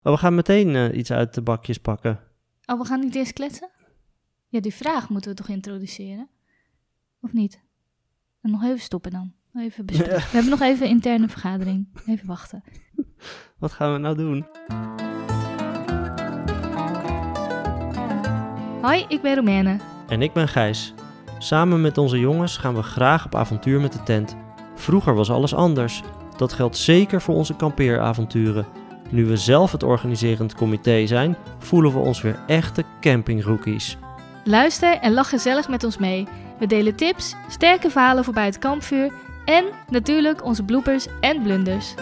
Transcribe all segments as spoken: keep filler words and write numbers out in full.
Oh, we gaan meteen uh, iets uit de bakjes pakken. Oh, we gaan niet eerst kletsen? Ja, die vraag moeten we toch introduceren? Of niet? En nog even stoppen dan. Even bespreken. We hebben nog even een interne vergadering. Even wachten. Wat gaan we nou doen? Hoi, ik ben Romaine. En ik ben Gijs. Samen met onze jongens gaan we graag op avontuur met de tent. Vroeger was alles anders. Dat geldt zeker voor onze kampeeravonturen. Nu we zelf het organiserend comité zijn, voelen we ons weer echte campingrookies. Luister en lach gezellig met ons mee. We delen tips, sterke verhalen voorbij het kampvuur en natuurlijk onze bloopers en blunders.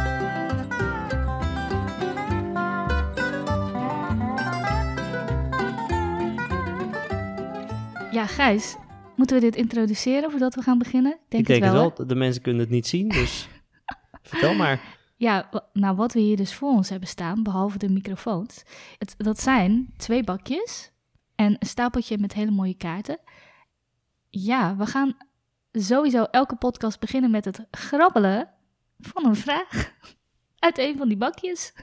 Ja, Gijs, moeten we dit introduceren voordat we gaan beginnen? Denk ik denk het wel, het wel. De mensen kunnen het niet zien, dus vertel maar. Ja, nou wat we hier dus voor ons hebben staan, behalve de microfoons. Het, dat zijn twee bakjes en een stapeltje met hele mooie kaarten. Ja, we gaan sowieso elke podcast beginnen met het grabbelen van een vraag uit een van die bakjes.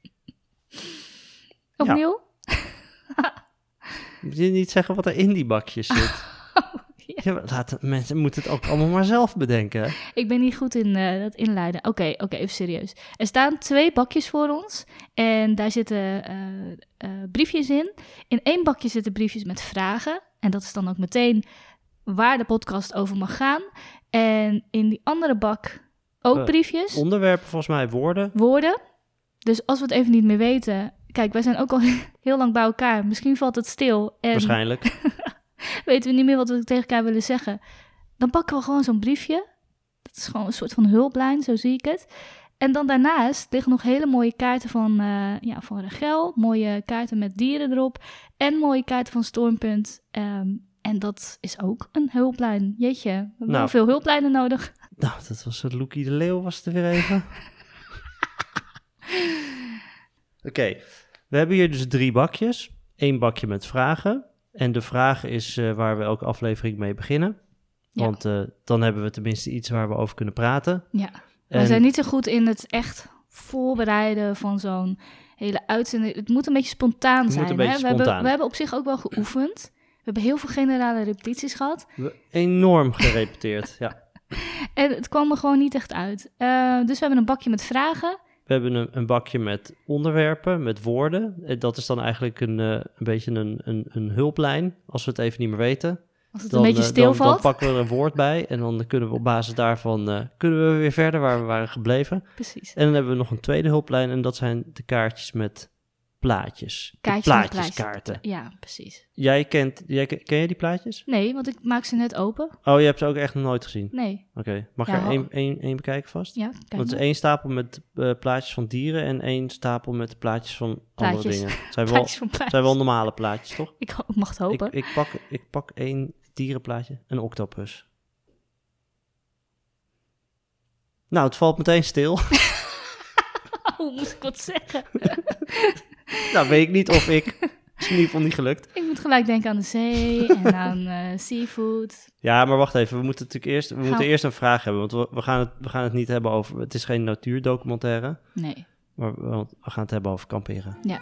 Opnieuw? Ja. Moet je niet zeggen wat er in die bakjes zit? Ja, laat, mensen moeten het ook allemaal maar zelf bedenken. Ik ben niet goed in uh, dat inleiden. Oké, okay, oké, okay, even serieus. Er staan twee bakjes voor ons en daar zitten uh, uh, briefjes in. In één bakje zitten briefjes met vragen en dat is dan ook meteen waar de podcast over mag gaan. En in die andere bak ook uh, briefjes. Onderwerpen, volgens mij woorden. Woorden. Dus als we het even niet meer weten. Kijk, wij zijn ook al heel lang bij elkaar. Misschien valt het stil. En waarschijnlijk. weten we niet meer wat we tegen elkaar willen zeggen. Dan pakken we gewoon zo'n briefje. Dat is gewoon een soort van hulplijn, zo zie ik het. En dan daarnaast liggen nog hele mooie kaarten van, uh, ja, van Rachel. Mooie kaarten met dieren erop. En mooie kaarten van Stormpunt. Um, en dat is ook een hulplijn. Jeetje, we hebben nou, wel veel hulplijnen nodig. Nou, dat was het Loekie de Leeuw was het er weer even. Oké, okay. We hebben hier dus drie bakjes. Eén bakje met vragen. En de vraag is uh, waar we elke aflevering mee beginnen. Ja. Want uh, dan hebben we tenminste iets waar we over kunnen praten. Ja, en we zijn niet zo goed in het echt voorbereiden van zo'n hele uitzending. Het moet een beetje spontaan het zijn. Moet een beetje hè? spontaan. We, hebben, we hebben op zich ook wel geoefend. We hebben heel veel generale repetities gehad. We hebben enorm gerepeteerd, ja. En het kwam er gewoon niet echt uit. Uh, dus we hebben een bakje met vragen. We hebben een, een bakje met onderwerpen, met woorden. Dat is dan eigenlijk een, uh, een beetje een, een, een hulplijn, als we het even niet meer weten. Als het dan, een beetje stilvalt. Dan, dan pakken we er een woord bij en dan kunnen we op basis daarvan uh, kunnen we weer verder waar we waren gebleven. Precies. En dan hebben we nog een tweede hulplijn en dat zijn de kaartjes met plaatjes. Kaartjes plaatjeskaarten. Ja, precies. Jij kent, jij, ken je die plaatjes? Nee, want ik maak ze net open. Oh, je hebt ze ook echt nog nooit gezien? Nee. Oké, okay. Mag ik ja, er één, één, één bekijken vast? Ja, kijk Want het is één stapel met uh, plaatjes van dieren en één stapel met plaatjes van plaatjes. andere dingen. Het zijn, plaatjes wel, van plaatjes. zijn wel normale plaatjes, toch? Ik, ik mag het hopen. Ik, ik, pak, ik pak één dierenplaatje, een octopus. Nou, het valt meteen stil. Hoe moest ik wat zeggen? Nou, weet ik niet of ik... Het is in ieder geval niet gelukt. Ik moet gelijk denken aan de zee en aan uh, seafood. Ja, maar wacht even. We moeten natuurlijk eerst, we Gaan... moeten eerst een vraag hebben. Want we, we, gaan het, we gaan het niet hebben over... Het is geen natuurdocumentaire. Nee. Maar we, we gaan het hebben over kamperen. Ja.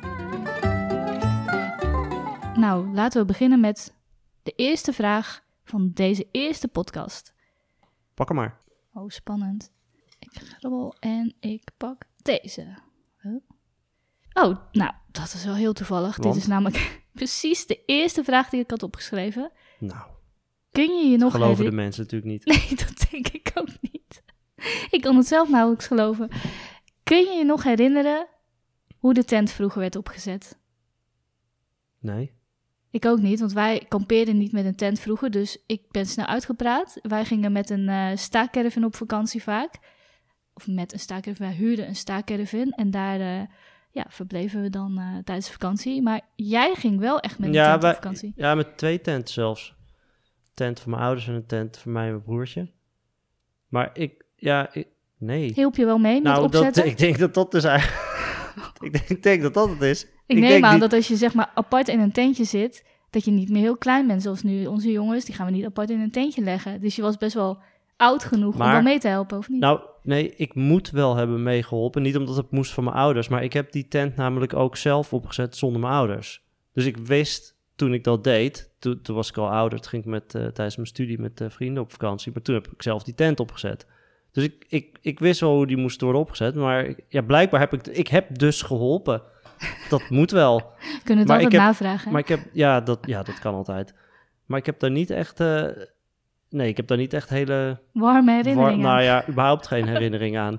Nou, laten we beginnen met de eerste vraag van deze eerste podcast. Pak hem maar. Oh, spannend. Ik grabbel en ik pak deze. Huh? Oh, nou, dat is wel heel toevallig. Want? Dit is namelijk precies de eerste vraag die ik had opgeschreven. Nou, kun je je nog geloven herinner... de mensen natuurlijk niet. Nee, dat denk ik ook niet. Ik kan het zelf nauwelijks geloven. Kun je je nog herinneren hoe de tent vroeger werd opgezet? Nee. Ik ook niet, want wij kampeerden niet met een tent vroeger, dus ik ben snel uitgepraat. Wij gingen met een uh, staakerven op vakantie vaak. Of met een staakerven, wij huurden een staakerven en daar... Uh, Ja, verbleven we dan uh, tijdens de vakantie. Maar jij ging wel echt met een ja, tent wij, op vakantie. Ja, met twee tenten zelfs. Een tent voor mijn ouders en een tent voor mij en mijn broertje. Maar ik, ja, ik, nee. Hielp je wel mee met nou, opzetten? Dat, ik denk dat dat dus eigenlijk... ik, denk, ik denk dat dat het is. Ik, ik neem denk aan niet... dat als je zeg maar apart in een tentje zit... dat je niet meer heel klein bent. Zoals nu onze jongens, die gaan we niet apart in een tentje leggen. Dus je was best wel oud genoeg Maar- om wel mee te helpen, of niet? Nou, nee, ik moet wel hebben meegeholpen. Niet omdat het moest van mijn ouders, maar ik heb die tent namelijk ook zelf opgezet zonder mijn ouders. Dus ik wist toen ik dat deed, toen, toen was ik al ouder, toen ging ik met, uh, tijdens mijn studie met uh, vrienden op vakantie, maar toen heb ik zelf die tent opgezet. Dus ik, ik, ik wist wel hoe die moest worden opgezet, maar ik- ja, blijkbaar heb ik, ik heb dus geholpen. Dat moet wel. Kunnen we het maar altijd ik heb- navragen. Maar ik heb, ja dat, ja, dat kan altijd. Maar ik heb daar niet echt, uh, nee, ik heb daar niet echt hele, Warme herinneringen. war- nou ja, überhaupt geen herinnering aan.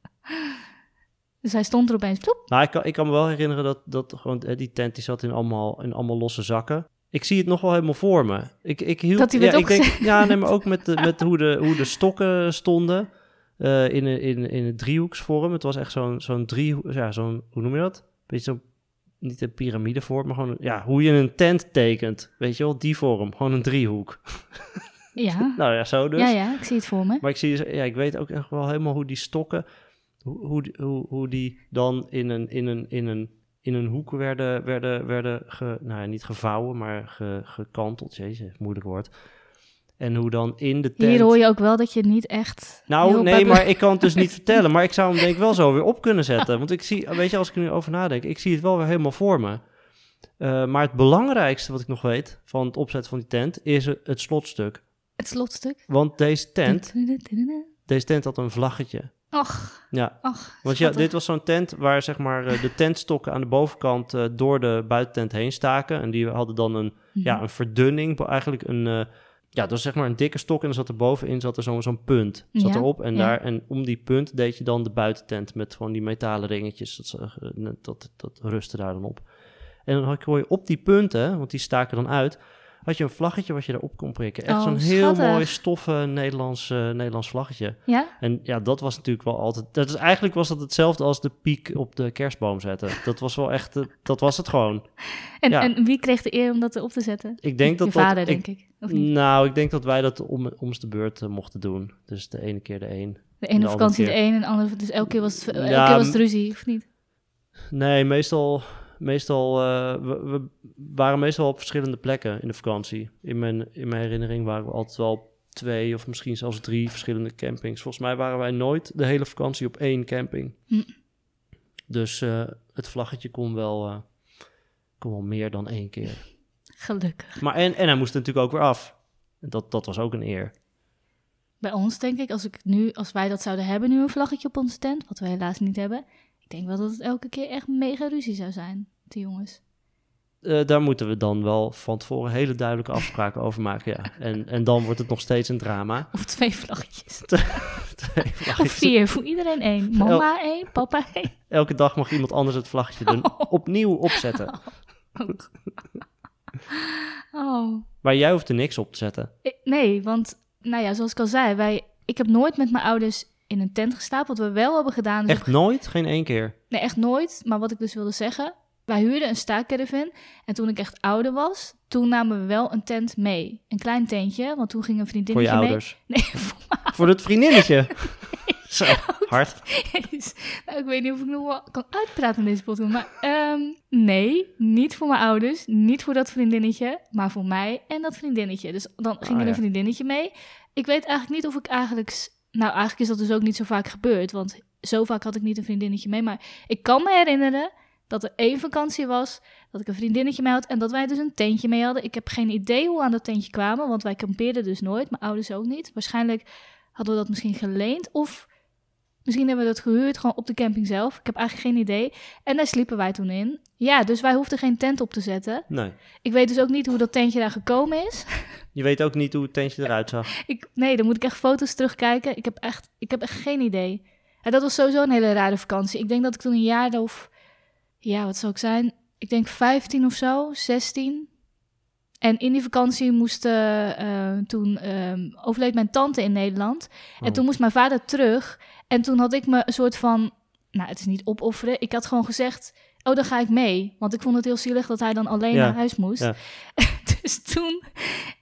Dus hij stond er opeens. Ploep. Nou, ik kan, ik kan me wel herinneren dat, dat gewoon, eh, die tent die zat in allemaal, in allemaal losse zakken. Ik zie het nog wel helemaal voor me. Ik, ik hield, Dat hij ja, werd ik denk, opgezet. ja, nee, maar ook met, de, met hoe, de, hoe de stokken stonden uh, in, een- in, in een driehoeksvorm. Het was echt zo'n zo'n driehoek, ja, zo'n, hoe noem je dat? Beetje zo'n, niet een piramidevorm, maar gewoon, ja, hoe je een tent tekent. Weet je wel, die vorm, gewoon een driehoek. Ja. Nou ja, zo dus. ja, ja, ik zie het voor me. Maar ik zie, ja, ik weet ook echt wel helemaal hoe die stokken, hoe, hoe, die- hoe, hoe die dan in een, in een, in een, in een hoek werden, werden, werden ge, nou ja, niet gevouwen, maar ge, gekanteld. Jezus, moeilijk woord. En hoe dan in de tent... Hier hoor je ook wel dat je niet echt... Nou, heel nee, bij- maar ik kan het dus niet vertellen. Maar ik zou hem denk ik wel zo weer op kunnen zetten. Want ik zie, weet je, als ik er nu over nadenk, ik zie het wel weer helemaal voor me. Uh, maar het belangrijkste wat ik nog weet van het opzetten van die tent is het slotstuk. Het slotstuk. Want deze tent, deze tent had een vlaggetje. Och, Ja, och. want ja, schattig. dit was zo'n tent waar zeg maar uh, de tentstokken aan de bovenkant uh, door de buitentent heen staken. En die hadden dan een, Mhm. ja, een verdunning, eigenlijk een, uh, ja, dat was zeg maar een dikke stok en dan zat er bovenin zat er zo'n zo'n punt zat Ja, erop. En, ja. daar, en om die punt deed je dan de buitentent met gewoon die metalen ringetjes. Dat, uh, dat, dat rustte daar dan op. En dan had je op die punten, want die staken dan uit, had je een vlaggetje wat je erop kon prikken. Echt Oh, zo'n heel schattig. mooi stoffen Nederlands, uh, Nederlands vlaggetje. Ja? En ja, dat was natuurlijk wel altijd... Dat is, eigenlijk was dat hetzelfde als de piek op de kerstboom zetten. Dat was wel echt... uh, dat was het gewoon. En, Ja. en wie kreeg de eer om dat erop te zetten? Ik denk dat Je dat... vader, ik- denk ik. Of niet? Nou, ik denk dat wij dat om, om de beurt uh, mochten doen. Dus de ene keer de een. De ene de vakantie de andere een en de andere... Dus elke keer was het, elke Ja, keer was het ruzie, of niet? Nee, meestal... Meestal... uh, we, we waren meestal op verschillende plekken in de vakantie. In mijn, in mijn herinnering waren we altijd wel twee of misschien zelfs drie verschillende campings. Volgens mij waren wij nooit de hele vakantie op één camping. Hm. Dus uh, het vlaggetje kon wel, uh, kon wel meer dan één keer. Gelukkig. Maar en, en hij moest er natuurlijk ook weer af. Dat, dat was ook een eer. Bij ons denk ik, als, ik nu, als wij dat zouden hebben, nu een vlaggetje op onze tent, wat we helaas niet hebben, ik denk wel dat het elke keer echt mega ruzie zou zijn, de jongens. Uh, daar moeten we dan wel van tevoren hele duidelijke afspraken over maken, ja. En, en dan wordt het nog steeds een drama. Of twee vlaggetjes. Twee Of vlaggetjes. vier, voor iedereen één. Mama één, papa één. Elke dag mag iemand anders het vlaggetje doen, opnieuw opzetten. Ook. Oh. Maar jij hoeft er niks op te zetten. Ik- Nee, want, nou ja, zoals ik al zei, wij, ik heb nooit met mijn ouders in een tent gestaan. Wat we wel hebben gedaan... is Echt nooit? Geen één keer? Nee, echt nooit. Maar wat ik dus wilde zeggen, wij huurden een staakcaravan. En toen ik echt ouder was, toen namen we wel een tent mee. Een klein tentje, want toen ging een Voor je vriendinnetje mee. ouders? Nee, voor Voor het vriendinnetje? Zo, hard. mij. Nou, ik weet niet of ik nog wel kan uitpraten in deze podcast. Maar ehm, nee, niet voor mijn ouders, niet voor dat vriendinnetje, maar voor mij en dat vriendinnetje. Dus dan ging Ah, er een ja. vriendinnetje mee. Ik weet eigenlijk niet of ik eigenlijk... s- Nou, eigenlijk is dat dus ook niet zo vaak gebeurd, want zo vaak had ik niet een vriendinnetje mee. Maar ik kan me herinneren dat er één vakantie was, dat ik een vriendinnetje mee had en dat wij dus een tentje mee hadden. Ik heb geen idee hoe we aan dat tentje kwamen, want wij kampeerden dus nooit, mijn ouders ook niet. Waarschijnlijk hadden we dat misschien geleend of misschien hebben we dat gehuurd gewoon op de camping zelf. Ik heb eigenlijk geen idee. En daar sliepen wij toen in. Ja, dus wij hoefden geen tent op te zetten. Nee. Ik weet dus ook niet hoe dat tentje daar gekomen is. Je weet ook niet hoe het tentje eruit zag. Ik, nee, dan moet ik echt foto's terugkijken. Ik heb echt, ik heb echt geen idee. En dat was sowieso een hele rare vakantie. Ik denk dat ik toen een jaar of... Ja, wat zou ik zijn? Ik denk vijftien of zo, zestien. En in die vakantie moest... eh, eh, toen eh, overleed mijn tante in Nederland. Oh. En toen moest mijn vader terug. En toen had ik me een soort van... Nou, het is niet opofferen. Ik had gewoon gezegd... Oh, dan ga ik mee. Want ik vond het heel zielig dat hij dan alleen Ja, naar huis moest. ja. Dus toen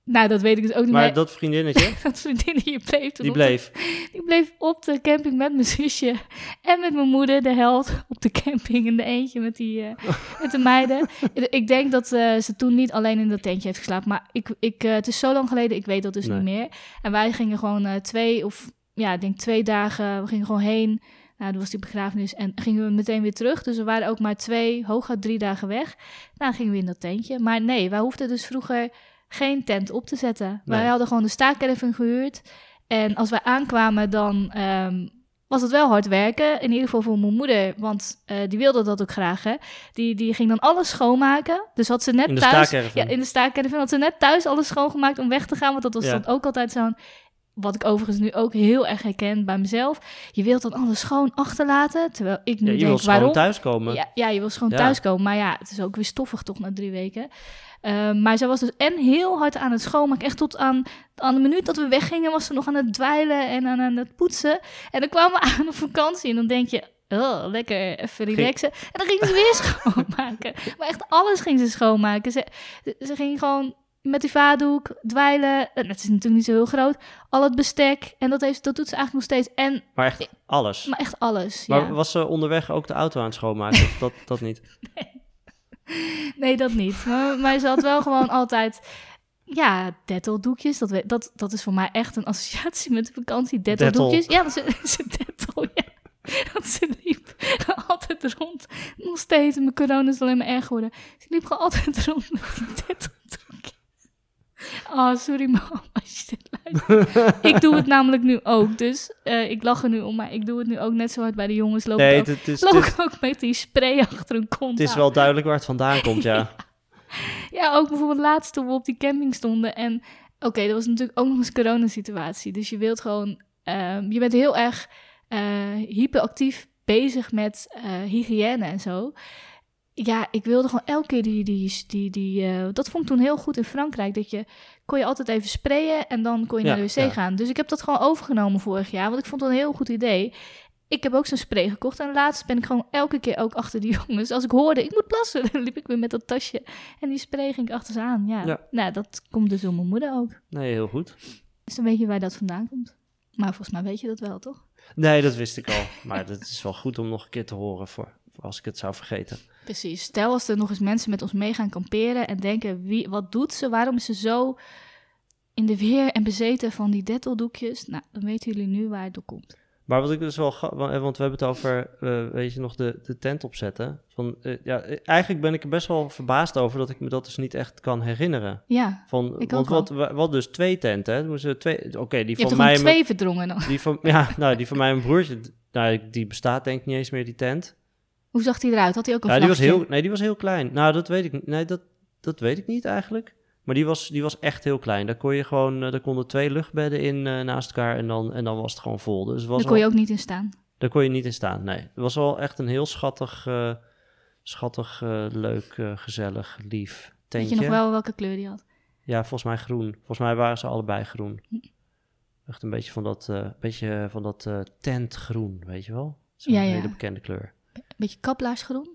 Nou, dat weet ik dus ook niet. Maar Maar dat vriendinnetje, dat vriendinnetje bleef toen die op de- bleef. die bleef op de camping met mijn zusje en met mijn moeder, de held, op de camping in de eentje met, die, uh, met de meiden. Ik denk dat uh, ze toen niet alleen in dat tentje heeft geslapen, maar ik, ik, uh, het is zo lang geleden, ik weet dat dus Nee. niet meer. En wij gingen gewoon uh, twee of, ja, ik denk twee dagen, we gingen gewoon heen. Nou, toen was die begrafenis en gingen we meteen weer terug. Dus we waren ook maar twee, hooguit drie dagen weg. Nou, gingen we in dat tentje. Maar nee, wij hoefden dus vroeger geen tent op te zetten. Nee. Wij hadden gewoon de staakerven gehuurd. En als wij aankwamen, dan um, was het wel hard werken. In ieder geval voor mijn moeder, want uh, die wilde dat ook graag. Hè. Die, die ging dan alles schoonmaken. Dus had ze net In de thuis... staakerven. Ja, in de staakerven had ze net thuis alles schoongemaakt om weg te gaan. Want dat was Ja. dan ook altijd zo'n... Wat ik overigens nu ook heel erg herken bij mezelf. Je wilt dan alles schoon achterlaten. Terwijl ik nu Ja, je denk, wil gewoon waarom? thuiskomen. Ja, ja, je wil schoon Ja. thuiskomen. Maar ja, het is ook weer stoffig toch na drie weken. Uh, maar zij was dus en heel hard aan het schoonmaken. Echt tot aan, aan de minuut dat we weggingen was ze nog aan het dweilen en aan, aan het poetsen. En dan kwamen we aan op vakantie en dan denk je... Oh, lekker, even relaxen. En dan ging ze weer schoonmaken. Maar echt alles ging ze schoonmaken. Ze, ze ging gewoon... met die vaatdoek, dweilen. Dat is natuurlijk niet zo heel groot. Al het bestek. En dat, heeft, dat doet ze eigenlijk nog steeds. En, Maar echt alles. maar echt alles, Maar ja. was ze onderweg ook de auto aan het schoonmaken? Of dat, dat niet? Nee, dat niet. Maar, maar ze had wel gewoon altijd... Ja, detteldoekjes. Dat, we- dat, dat is voor mij echt een associatie met de vakantie. Detteldoekjes. Ja, dat ze, ze dettel, ja. Dat ze liep altijd rond. Nog steeds. En mijn corona is alleen maar erg geworden. Ze liep gewoon altijd rond met die detteldoekjes. Oh, sorry mam, als je dit luistert. Ik doe het namelijk nu ook. Dus uh, ik lach er nu om, maar ik doe het nu ook net zo hard bij de jongens. Loop Nee, ik ook, het is, loop het is, ik ook met die spray achter hun kont het is aan. wel duidelijk waar het vandaan komt, ja. Ja, ook bijvoorbeeld laatst toen we op die camping stonden. En oké, okay, dat was natuurlijk ook nog eens coronasituatie. Dus je wilt gewoon... Uh, je bent heel erg uh, hyperactief bezig met uh, hygiëne en zo. Ja, ik wilde gewoon elke keer die... die, die, die uh, dat vond ik toen heel goed in Frankrijk. Dat je... kon je altijd even sprayen en dan kon je Ja, naar de wc ja. gaan. Dus ik heb dat gewoon overgenomen vorig jaar. Want ik vond het een heel goed idee. Ik heb ook zo'n spray gekocht. En laatst ben ik gewoon elke keer ook achter die jongens. Als ik hoorde, ik moet plassen, dan liep ik weer met dat tasje. En die spray ging ik achter ze aan. Ja, Ja. Nou, dat komt dus door mijn moeder ook. Nee, heel goed. Dus dan weet je waar dat vandaan komt. Maar volgens mij weet je dat wel, toch? Nee, dat wist ik al. Maar dat is wel goed om nog een keer te horen voor, voor als ik het zou vergeten. Precies. Stel als er nog eens mensen met ons mee gaan kamperen en denken, wie, wat doet ze? Waarom is ze zo in de weer en bezeten van die detteldoekjes? Nou, dan weten jullie nu waar het door komt. Maar wat ik dus wel... Ga- want want we hebben het over, uh, weet je nog, de, de tent opzetten. Van, uh, ja, eigenlijk ben ik er best wel verbaasd over dat ik me dat dus niet echt kan herinneren. Ja, Van, ik want ook wat, wat, wat dus twee tenten, hè? Moesten twee... Oké, okay, die je hebt van er mij... gewoon twee verdrongen dan. Die van, ja, nou, die van mij en mijn broertje, nou, die bestaat denk ik niet eens meer, die tent. Hoe zag die eruit? Had hij ook een Ja, die was vlaggetje? heel, nee, die was heel klein. Nou, dat weet ik niet. Nee, dat, dat weet ik niet eigenlijk. Maar die was, die was echt heel klein. Daar kon je gewoon, uh, daar konden twee luchtbedden in uh, naast elkaar en dan, en dan was het gewoon vol. Dus het was Daar kon je wel, ook niet in staan. daar kon je niet in staan, nee. Het was wel echt een heel schattig, uh, schattig, uh, leuk, uh, gezellig, lief tentje. Weet je nog wel welke kleur die had? Ja, volgens mij groen. Volgens mij waren ze allebei groen. Echt een beetje van dat, uh, beetje van dat uh, tentgroen, weet je wel? Zo'n Ja, ja. hele bekende kleur. Beetje kaplaarsgroen?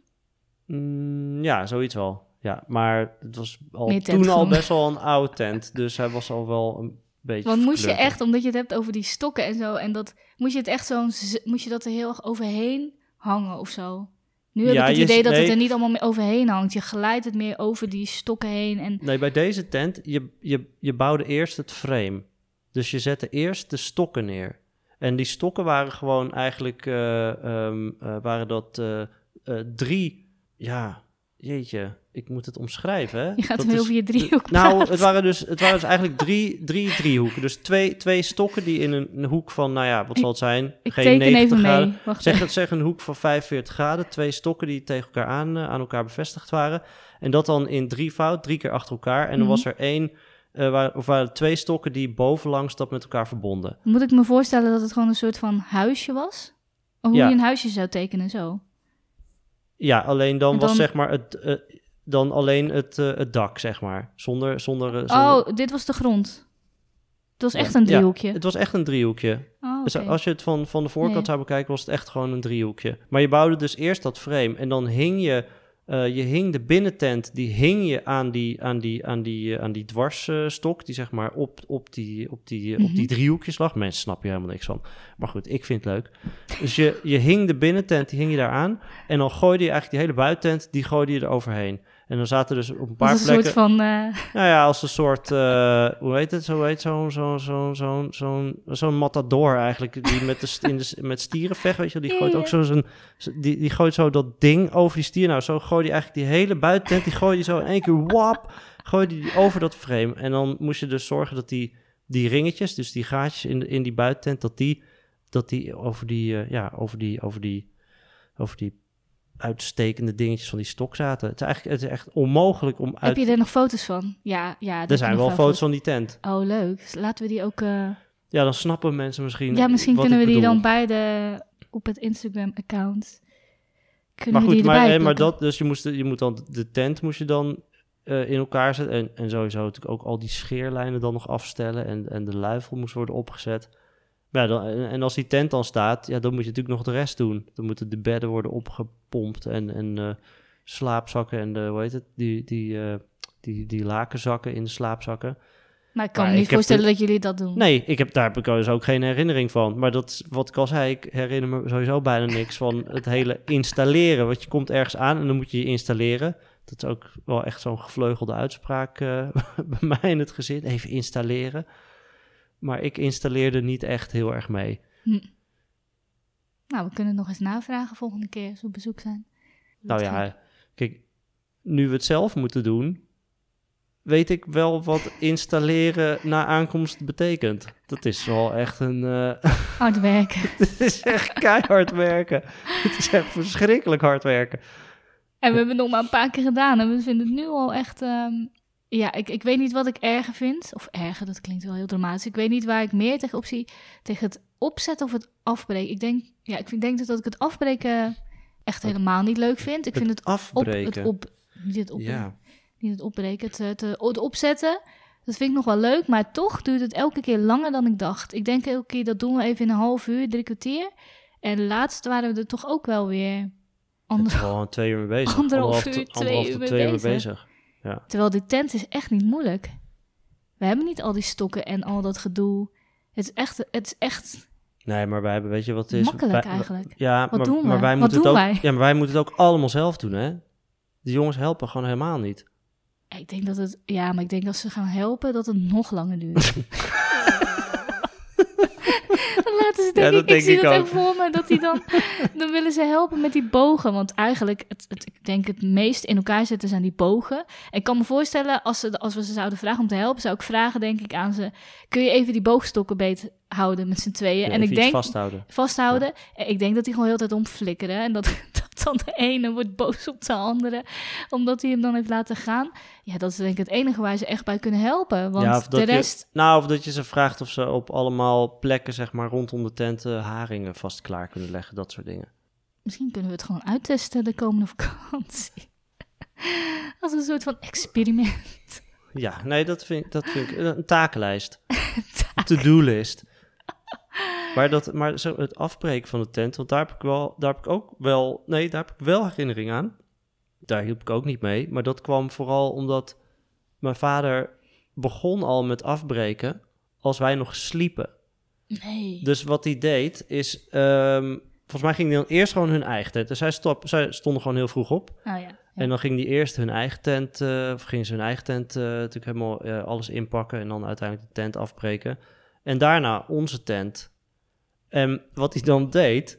Mm, ja, zoiets wel. Ja, maar het was al, Meer toen al tentgroen. best wel een oude tent. Dus hij was al wel een beetje Want moest je verkleurd. echt, omdat je het hebt over die stokken en zo, en dat, moest je het echt zo'n, z- moest je dat er heel erg overheen hangen of zo? Nu heb Ja, ik het je- idee dat het nee. er niet allemaal meer overheen hangt. Je glijdt het meer over die stokken heen. En Nee, bij deze tent, je, je, je bouwde eerst het frame. Dus je zette eerst de stokken neer. En die stokken waren gewoon eigenlijk, uh, um, uh, waren dat uh, uh, drie, ja, jeetje, ik moet het omschrijven, hè? je gaat Dat weer is- over je driehoek Nou, praten. het waren dus, het waren dus eigenlijk drie, drie driehoeken. Dus twee, twee stokken die in een, een hoek van, nou ja, wat zal het zijn? Ik Geen teken negentig even graden. mee. Wacht Zeg, even. het, zeg een hoek van vijfenveertig graden. Twee stokken die tegen elkaar aan, uh, aan elkaar bevestigd waren. En dat dan in drievoud, drie keer achter elkaar. En dan Mhm. was er één, uh, waar, of waren er twee stokken die bovenlangs dat met elkaar verbonden. Moet ik me voorstellen dat het gewoon een soort van huisje was? Of hoe Ja. je een huisje zou tekenen, zo? Ja, alleen dan, En was dan- zeg maar het, uh, dan alleen het, uh, het dak, zeg maar. Zonder, zonder, uh, zonder... Oh, dit was de grond. Het was echt Ja, een ja, driehoekje. Het was echt een driehoekje. Oh, Dus oké. als je het van, van de voorkant Nee. zou bekijken, was het echt gewoon een driehoekje. Maar je bouwde dus eerst dat frame en dan hing je Uh, je hing de binnentent, die hing je aan die, aan die, aan die, uh, aan die dwarsstok, uh, die zeg maar op, op, die, op, die, uh, mm-hmm. op die driehoekjes lag. Mensen snap je helemaal niks van. Maar goed, ik vind het leuk. Dus je, je hing de binnentent, die hing je daar aan. En dan gooide je eigenlijk die hele buitentent, die gooide je er overheen. En dan zaten dus op een paar als een plekken... soort van... Uh... Nou ja, als een soort... Uh, hoe heet het? Zo heet zo'n zo'n zo'n zo'n zo'n zo'n matador eigenlijk. Die met, de st- in de, met stieren vecht, weet je wel. Die gooit ook zo zo'n... Die, die gooit zo dat ding over die stier. Nou, zo gooide hij eigenlijk die hele buitentent... Die gooide je zo in één keer... Wap! Gooide die over dat frame. En dan moest je dus zorgen dat die, die ringetjes... Dus die gaatjes in, de, in die buitentent... Dat die, dat die over die... Uh, ja, over die... Over die, over die uitstekende dingetjes van die stok zaten. Het is eigenlijk het is echt onmogelijk om uit... Heb je er nog foto's van? Ja, ja. Er zijn wel foto's foto's van die tent. Oh, leuk. Dus laten we die ook... Uh... Ja, dan snappen mensen misschien. Ja, misschien kunnen we die bedoel. dan beide op het Instagram-account. Kunnen maar we goed, die maar, erbij nee, maar dat, dus je, moest, je moet dan de tent moest je dan uh, in elkaar zetten en, en sowieso natuurlijk ook al die scheerlijnen dan nog afstellen en, en de luifel moest worden opgezet. Ja, dan, en als die tent dan staat, ja, dan moet je natuurlijk nog de rest doen. Dan moeten de bedden worden opgepompt en, en uh, slaapzakken en de, hoe heet het, die, die, uh, die, die lakenzakken in de slaapzakken. Maar ik kan maar me niet voorstellen de, dat jullie dat doen. Nee, ik heb, daar heb ik dus ook geen herinnering van. Maar dat, wat ik al zei, ik herinner me sowieso bijna niks van het hele installeren. Want je komt ergens aan en dan moet je je installeren. Dat is ook wel echt zo'n gevleugelde uitspraak uh, bij mij in het gezin. Even installeren. Maar ik installeerde niet echt heel erg mee. Hm. Nou, we kunnen het nog eens navragen volgende keer als we op bezoek zijn. Nou ja, kijk, nu we het zelf moeten doen, weet ik wel wat installeren na aankomst betekent. Dat is wel echt een... Uh... Hard werken. Het is echt keihard werken. Het is echt verschrikkelijk hard werken. En we hebben het nog maar een paar keer gedaan en we vinden het nu al echt... Um... Ja, ik, ik weet niet wat ik erger vind. Of erger, dat klinkt wel heel dramatisch. Ik weet niet waar ik meer tegenop zie. Tegen het opzetten of het afbreken. Ik denk, ja, ik denk dus dat ik het afbreken echt helemaal niet leuk vind. Ik het vind het afbreken. Op, het op, niet het opbreken. Ja. Niet het opbreken. Het, het, het opzetten. Dat vind ik nog wel leuk. Maar toch duurt het elke keer langer dan ik dacht. Ik denk elke keer, dat doen we even in een half uur, drie kwartier. En laatst waren we er toch ook wel weer... Ander... Gewoon twee uur mee bezig. Anderhalf uur, twee uur mee twee bezig. Uur bezig. Ja. Terwijl die tent is echt niet moeilijk. We hebben niet al die stokken en al dat gedoe. Het is echt... Het is echt nee, maar wij hebben, weet je wat het is? Makkelijk wij, eigenlijk. Ja, wat maar, doen we? maar wij wat moeten doen het ook, wij? Ja, maar wij moeten het ook allemaal zelf doen, hè? De jongens helpen gewoon helemaal niet. Ik denk dat het... Ja, maar ik denk dat ze gaan helpen dat het nog langer duurt. Dan laten ze denk ja, ik... Ik zie ik dat ook. echt voor me, dat die dan... Dan willen ze helpen met die bogen. Want eigenlijk, het, het, ik denk het meest in elkaar zetten zijn die bogen. En ik kan me voorstellen, als, ze, als we ze zouden vragen om te helpen... zou ik vragen, denk ik, aan ze... Kun je even die boogstokken beet houden met z'n tweeën? Ja, en ik denk vasthouden. Vasthouden. Ja. En ik denk dat die gewoon heel de tijd omflikkeren. En dat, dat dan de ene wordt boos op de andere. Omdat hij hem dan heeft laten gaan. Ja, dat is denk ik het enige waar ze echt bij kunnen helpen. Want ja, de rest... Je, nou, of dat je ze vraagt of ze op allemaal plekken, zeg maar, rondom de tent uh, haringen vast klaar kunnen leggen. Dat soort dingen. Misschien kunnen we het gewoon uittesten de komende vakantie. Als een soort van experiment. Ja, nee, dat vind, dat vind ik een takenlijst. Taken. To-do-list. Maar, dat, maar zo het afbreken van de tent, want daar heb ik wel, daar heb ik ook wel, nee, daar heb ik wel herinnering aan. Daar hielp ik ook niet mee, maar dat kwam vooral omdat mijn vader begon al met afbreken als wij nog sliepen. Nee. Dus wat hij deed is, um, volgens mij ging hij dan eerst gewoon hun eigen tent. Dus zij, stop, zij stonden gewoon heel vroeg op. Oh ja. Ja. En dan ging die eerst hun eigen tent, uh, of gingen ze hun eigen tent uh, natuurlijk helemaal uh, alles inpakken en dan uiteindelijk de tent afbreken. En daarna onze tent. En wat hij dan deed,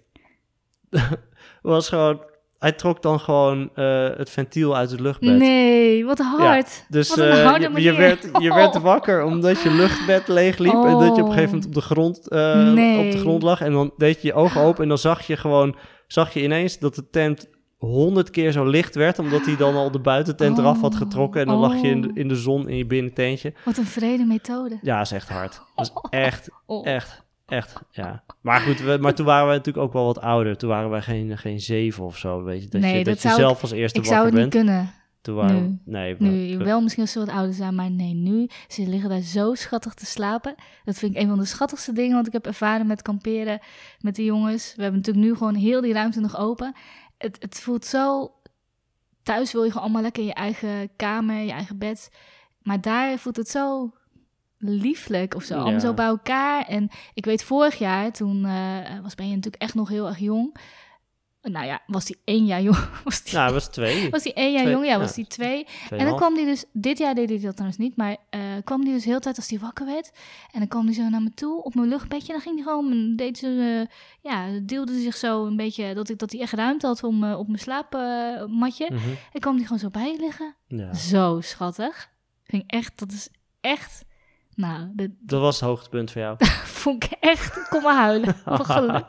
was gewoon, hij trok dan gewoon uh, het ventiel uit het luchtbed. Nee, wat hard. Ja, dus wat een uh, harde je, je, werd, je oh. werd wakker omdat je luchtbed leegliep oh. en dat je op een gegeven moment op de grond, uh, nee. op de grond lag. En dan deed je je ogen open en dan zag je gewoon, zag je ineens dat de tent honderd keer zo licht werd, omdat hij dan al de buitentent oh. eraf had getrokken. En dan oh. lag je in de, in de zon in je binnententje. Wat een vrede methode. Ja, dat is echt hard. Dat is echt, oh. echt, echt, ja. Maar goed, we, maar toen waren we natuurlijk ook wel wat ouder. Toen waren wij geen, geen zeven of zo, weet je. Dat nee, je, dat dat je zelf als eerste ik wakker bent. Ik zou het niet kunnen. Toen waren nu. We, nee, nu, we, wel misschien als ze wat ouder zijn, maar nee, nu. Ze liggen daar zo schattig te slapen. Dat vind ik een van de schattigste dingen wat ik heb ervaren met kamperen met de jongens. We hebben natuurlijk nu gewoon heel die ruimte nog open. Het, het voelt zo thuis wil je gewoon allemaal lekker in je eigen kamer, je eigen bed. Maar daar voelt het zo lieflijk of zo. Ja. Allemaal zo bij elkaar. En ik weet vorig jaar, toen uh, was ben je natuurlijk echt nog heel erg jong. Nou ja, was die één jaar jong? Was die, Nou, was twee. was die één jaar twee, jong? Ja, ja. was die twee. twee En dan kwam die dus, dit jaar deed hij dat trouwens niet, maar uh, kwam die dus heel de tijd als hij wakker werd. En dan kwam hij zo naar me toe op mijn luchtbedje. En dan ging hij gewoon, deed ze, uh, ja, deelde zich zo een beetje, dat ik dat hij echt ruimte had om, uh, op mijn slaapmatje. Uh, Mm-hmm. En kwam hij gewoon zo bij je liggen. Ja. Zo schattig. Ging echt, dat is echt, nou. De, dat was het hoogtepunt voor jou. vond ik echt, ik kon maar huilen. Wat geluk.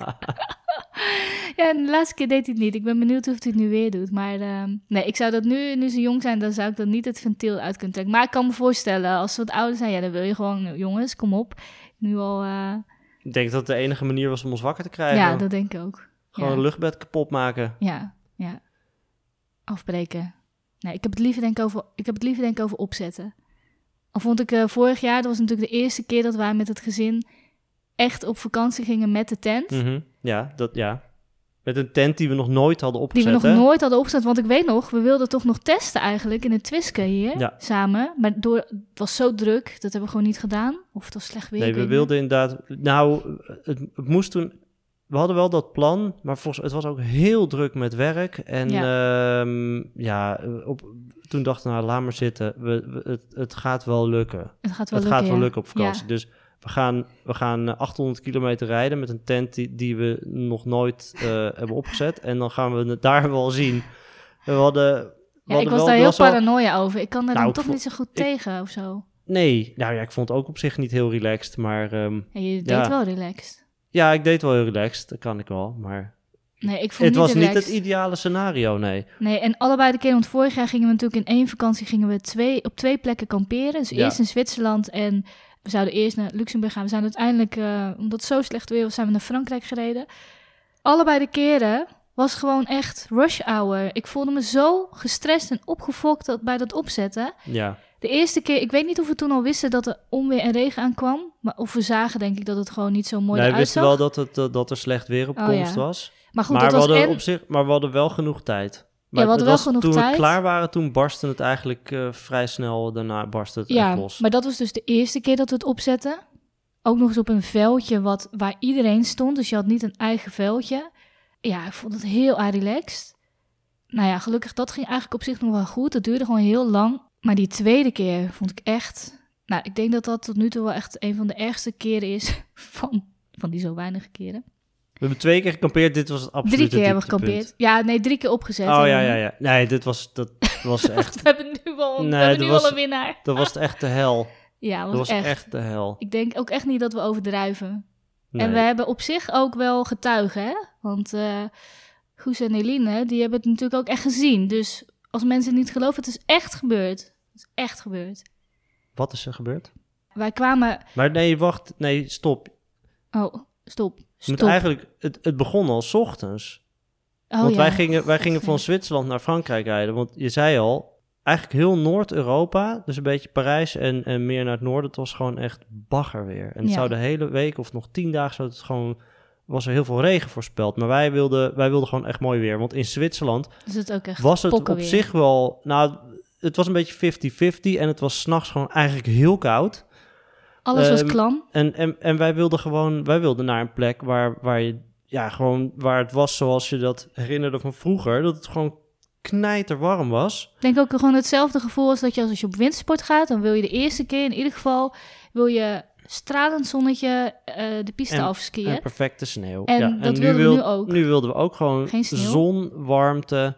Ja, en de laatste keer deed hij het niet. Ik ben benieuwd of hij het nu weer doet. Maar uh, nee, ik zou dat nu, nu ze jong zijn, dan zou ik dat niet het ventiel uit kunnen trekken. Maar ik kan me voorstellen, als ze wat ouder zijn, ja, dan wil je gewoon, jongens, kom op. Nu al... Uh... Ik denk dat het de enige manier was om ons wakker te krijgen. Ja, dat denk ik ook. Gewoon ja. een luchtbed kapot maken. Ja, ja. Afbreken. Nee, ik heb het liever denk ik over, ik heb het liever denk ik over opzetten. Al vond ik uh, vorig jaar, dat was natuurlijk de eerste keer dat wij met het gezin echt op vakantie gingen met de tent. Mm-hmm. Ja, dat ja. Met een tent die we nog nooit hadden opgezet. Die we nog hè? nooit hadden opgezet. Want ik weet nog, we wilden toch nog testen eigenlijk in het Twiske hier. Ja. Samen. Maar door, het was zo druk, dat hebben we gewoon niet gedaan. Of het was slecht weer. Nee, we wilden inderdaad... Nou, het, het moest toen... We hadden wel dat plan, maar volgens, het was ook heel druk met werk. En ja, um, ja op, toen dachten we, nou, laat maar zitten. We, we, het, het gaat wel lukken. Het gaat wel het lukken, gaat wel ja. lukken op vakantie. Ja. Dus we gaan, we gaan achthonderd kilometer rijden met een tent die, die we nog nooit uh, hebben opgezet. En dan gaan we het daar wel zien. We hadden... We ja, hadden ik was wel, daar heel wel paranoia over. Ik kan daar nou, dan toch vo- niet zo goed ik, tegen of zo. Nee, nou ja, ik vond het ook op zich niet heel relaxed, maar... Um, ja, je deed ja. wel relaxed. Ja, ik deed wel heel relaxed, dat kan ik wel, maar... Nee, ik vond het niet was relaxed. niet het ideale scenario, nee. Nee, en allebei de keer, want vorig jaar gingen we natuurlijk in één vakantie gingen we twee, op twee plekken kamperen. Dus Ja. eerst in Zwitserland en we zouden eerst naar Luxemburg gaan. We zijn uiteindelijk, uh, omdat het zo slecht weer was, zijn we naar Frankrijk gereden. Allebei de keren was gewoon echt rush hour. Ik voelde me zo gestrest en opgefokt dat, bij dat opzetten. Ja. De eerste keer, ik weet niet of we toen al wisten dat er onweer en regen aankwam. Maar of we zagen, denk ik, dat het gewoon niet zo mooi Nee, eruit we wisten zag. wel dat, het, dat, dat er slecht weer op Oh, komst ja. was. Maar goed, maar, dat we was hadden en... op zich, maar we hadden wel genoeg tijd. Maar Ja, we hadden het wel was, genoeg toen tijd. we klaar waren, toen barstte het eigenlijk uh, vrij snel. Daarna barstte het Ja, echt los. maar dat was dus de eerste keer dat we het opzetten. Ook nog eens op een veldje wat, waar iedereen stond. Dus je had niet een eigen veldje. Ja, ik vond het heel erg relaxed. Nou ja, gelukkig, dat ging eigenlijk op zich nog wel goed. Het duurde gewoon heel lang. Maar die tweede keer vond ik echt... Nou, ik denk dat dat tot nu toe wel echt een van de ergste keren is van, van die zo weinige keren. We hebben twee keer gekampeerd, dit was het absolute Drie keer hebben we dieptepunt. gekampeerd. Ja, nee, drie keer opgezet. Oh en, ja, ja, ja. Nee, dit was, dat was echt... we hebben nu wel, Nee, we hebben dat nu was- wel een winnaar. dat was echt de hel. Ja, was Dat was echt. echt de hel. Ik denk ook echt niet dat we overdrijven. Nee. En we hebben op zich ook wel getuigen, hè? Want uh, Goes en Eline, die hebben het natuurlijk ook echt gezien. Dus als mensen het niet geloven, het is echt gebeurd. Het is echt gebeurd. Wat is er gebeurd? Wij kwamen... Maar nee, wacht. Nee, stop. Oh, stop. Je Stop. moet eigenlijk, het, het begon al 's ochtends. oh, Want ja. wij gingen, wij gingen Ja. van Zwitserland naar Frankrijk rijden. Want je zei al, eigenlijk heel Noord-Europa, dus een beetje Parijs en, en meer naar het noorden, het was gewoon echt bagger weer. En het Ja. zou de hele week of nog tien dagen zou het gewoon, was er heel veel regen voorspeld. Maar wij wilden, wij wilden gewoon echt mooi weer. Want in Zwitserland Dus het ook echt was het op pokkenweer. zich wel, nou, het was een beetje vijftig-vijftig en het was 's nachts gewoon eigenlijk heel koud. Alles was Ehm, klam. En, en, en wij wilden gewoon, wij wilden naar een plek waar, waar je, ja, gewoon waar het was zoals je dat herinnerde van vroeger. Dat het gewoon knijterwarm was. Ik denk ook gewoon hetzelfde gevoel als dat je als je op wintersport gaat. Dan wil je de eerste keer in ieder geval, wil je stralend zonnetje uh, de piste En- afskiën. En perfecte sneeuw. En ja, dat wilden we nu ook. Nu wilden we ook gewoon Geen sneeuw. zon, warmte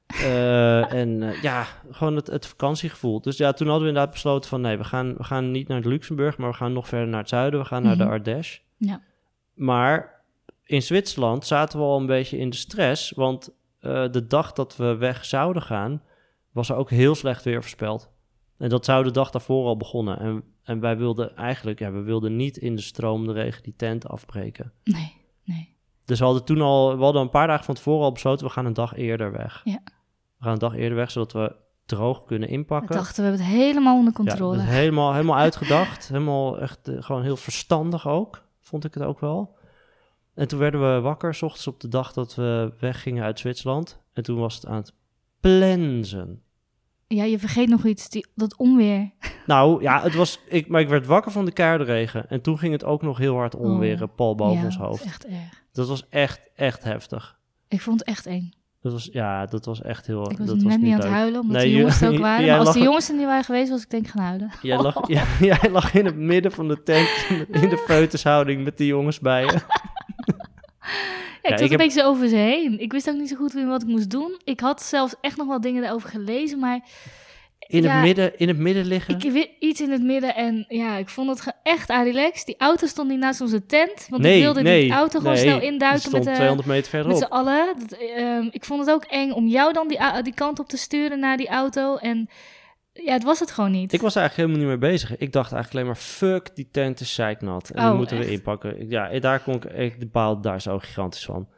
uh, en uh, ja, gewoon het, het vakantiegevoel. Dus ja, toen hadden we inderdaad besloten van nee, we gaan, we gaan niet naar Luxemburg, maar we gaan nog verder naar het zuiden. We gaan Mhm. naar de Ardèche. Ja. Maar in Zwitserland zaten we al een beetje in de stress, want uh, de dag dat we weg zouden gaan, was er ook heel slecht weer voorspeld. En dat zou de dag daarvoor al begonnen. En, en wij wilden eigenlijk, ja, we wilden niet in de stromende regen die tent afbreken. Nee, nee. Dus we hadden toen al, we hadden een paar dagen van tevoren al besloten, we gaan een dag eerder weg. Ja. We gaan een dag eerder weg, zodat we droog kunnen We inpakken. dachten, we hebben het helemaal onder Ja, controle. dat is helemaal, helemaal uitgedacht. Helemaal echt, uh, gewoon heel verstandig ook, vond ik het ook wel. En toen werden we wakker, 's ochtends op de dag dat we weggingen uit Zwitserland. En toen was het aan het plensen. Ja, je vergeet nog iets, die, dat onweer. Nou ja, het was, ik, maar ik werd wakker van de keiharde regen. En toen ging het ook nog heel hard onweren, Oh, pal boven ja, ons dat hoofd. is echt erg. Dat was echt, echt heftig. Ik vond het echt eng. Dat was, ja, dat was echt heel... Ik was dat net was niet aan het leuk. huilen, omdat Nee, de je- jongens er ook waren. jij Maar als lag- de jongens er niet waren geweest, was ik denk ik gaan huilen. Jij lag, ja, jij lag in het midden van de tent, in de feutushouding met die jongens bij je. Ja, ik ik zat heb- een beetje zo over ze heen. Ik wist ook niet zo goed wat ik moest doen. Ik had zelfs echt nog wel dingen daarover gelezen, maar... In, ja, het, midden, in het midden liggen. Ik weet iets in het midden en ja, ik vond het ge- echt relaxed. Die auto stond niet naast onze tent, want nee, ik wilde nee, die auto gewoon nee, snel die induiken stond met, de, tweehonderd meter met verderop. z'n allen. Dat, ehm, ik vond het ook eng om jou dan die, a- die kant op te sturen naar die auto en ja, het was het gewoon niet. Ik was er eigenlijk helemaal niet mee bezig. Ik dacht eigenlijk alleen maar, fuck, die tent is zeiknat. En Oh, die moeten we echt? inpakken. Ik- Ja, daar kon ik, ik baalde daar zo gigantisch van.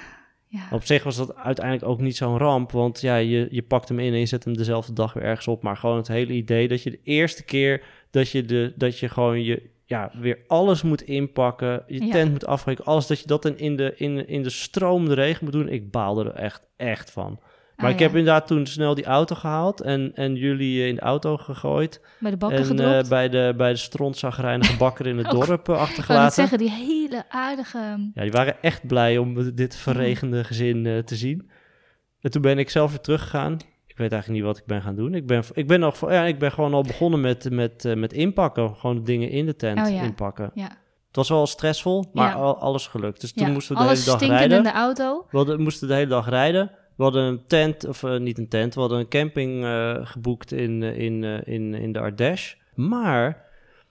Ja. Op zich was dat uiteindelijk ook niet zo'n ramp, want ja, je, je pakt hem in en je zet hem dezelfde dag weer ergens op. Maar gewoon het hele idee dat je de eerste keer dat je, de, dat je gewoon je, ja, weer alles moet inpakken, je Ja. tent moet afbreken, alles dat je dat dan in de, in, in de stromende regen moet doen. Ik baalde er echt, echt van. Maar Ah, ik ja. heb inderdaad toen snel die auto gehaald en, en jullie eh, in de auto gegooid. Bij de bakken En gedropt. eh, bij de, bij de strontzagrijnige bakker in het Oh, dorp eh, Ik wou net achtergelaten. zeggen, die hele aardige... Ja, die waren echt blij om dit verregende gezin eh, te zien. En toen ben ik zelf weer teruggegaan. Ik weet eigenlijk niet wat ik ben gaan doen. Ik ben, ik ben, nog, ja, ik ben gewoon al begonnen met, met, eh, met inpakken. Gewoon de dingen in de tent Oh ja. inpakken. Ja. Het was wel stressvol, maar Ja. al, alles gelukt. Dus toen Ja, moesten we de alles hele dag stinkend rijden. in de auto. We hadden, moesten de hele dag rijden. We hadden een tent, of eh, niet een tent, we hadden een camping eh, geboekt in, eh, in, eh, in, in de Ardèche. Maar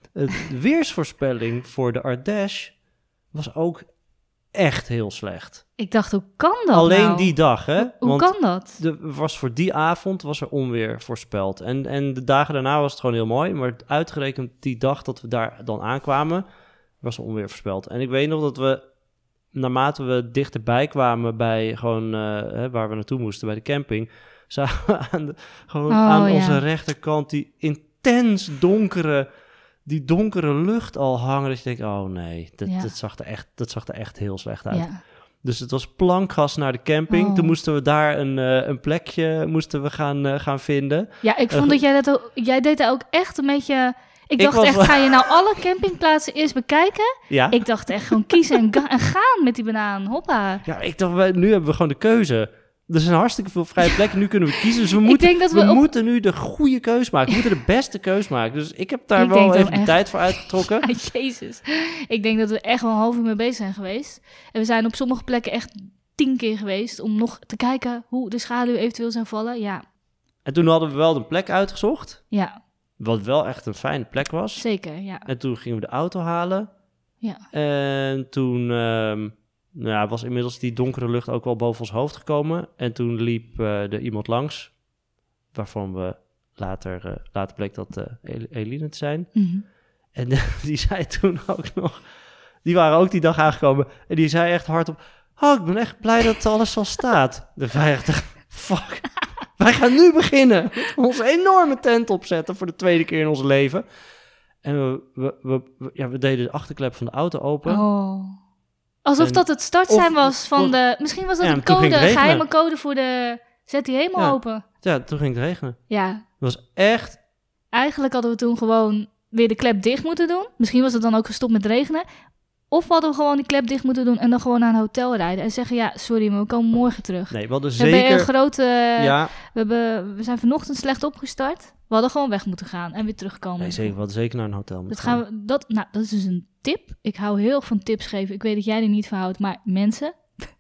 de weersvoorspelling voor de Ardèche was ook echt heel slecht. Ik dacht, hoe kan dat Alleen nou? die dag, hè? Hoe, hoe Want kan dat? de, was voor die avond was er onweer voorspeld. En, en de dagen daarna was het gewoon heel mooi. Maar uitgerekend die dag dat we daar dan aankwamen, was er onweer voorspeld. En ik weet nog dat we, naarmate we dichterbij kwamen bij gewoon, eh, hè, waar we naartoe moesten, bij de camping, zagen we aan, de, gewoon Oh, aan ja. onze rechterkant die intens donkere, die donkere lucht al hangen. Dat je denkt, oh nee, dat, Ja. dat, zag er echt, dat zag er echt heel slecht uit. Ja. Dus het was plankgas naar de camping. Oh. Toen moesten we daar een, eh, een plekje moesten we gaan, eh, gaan vinden. Ja, ik vond Eh, dat jij dat ook... Jij deed daar ook echt een beetje... Ik Ik dacht was echt, wel- ga je nou alle campingplaatsen eerst bekijken? Ja, Ik dacht echt gewoon kiezen en, ga- en gaan met die banaan. Hoppa. ja ik dacht, wij, nu hebben we gewoon de keuze. Er zijn hartstikke veel vrije plekken. Nu kunnen we kiezen. Dus we Ik moeten, denk dat we we ook- moeten nu de goede keus maken. We moeten de beste keus maken. Dus ik heb daar Ik wel denk dat even de echt- tijd voor uitgetrokken. Ah, Jezus. Ik denk dat we echt wel een half uur mee bezig zijn geweest. En we zijn op sommige plekken echt tien keer geweest om nog te kijken hoe de schaduw eventueel zou vallen. Ja, En toen hadden we wel de plek uitgezocht. ja, Wat wel echt een fijne plek was. zeker, ja. En toen gingen we de auto halen. Ja, En toen ehm, nou ja, was inmiddels die donkere lucht ook wel boven ons hoofd gekomen. En toen liep eh, er iemand langs, waarvan we later, eh, later bleek dat eh, El- Eline te zijn. Mhm. En die zei toen ook nog, die waren ook die dag aangekomen. En die zei echt hardop, oh, ik ben echt blij dat alles al staat. De vijftig, fuck. Wij gaan nu beginnen met onze enorme tent opzetten voor de tweede keer in ons leven. En we, we, we, we- ja, we deden de achterklep van de auto open. Oh. Alsof En- dat het startsein of- was van of- de... Misschien was dat Ja, een maar toen code, ging het een regenen. geheime code voor de... Zet die helemaal Ja. open. Ja, toen ging het regenen. Ja, Het was echt... eigenlijk hadden we toen gewoon weer de klep dicht moeten doen. Misschien was het dan ook gestopt met regenen. Of hadden we gewoon die klep dicht moeten doen en dan gewoon naar een hotel rijden. En zeggen, ja, sorry, maar we komen morgen terug. Nee, we hadden We hebben een zeker... grote... Ja, We, hebben, we zijn vanochtend slecht opgestart. We hadden gewoon weg moeten gaan en weer terugkomen. nee, zeker, we hadden zeker naar een hotel Dat, moeten gaan we, dat, nou, dat is dus een tip. Ik hou heel erg van tips geven. Ik weet dat jij er niet van houdt, maar mensen...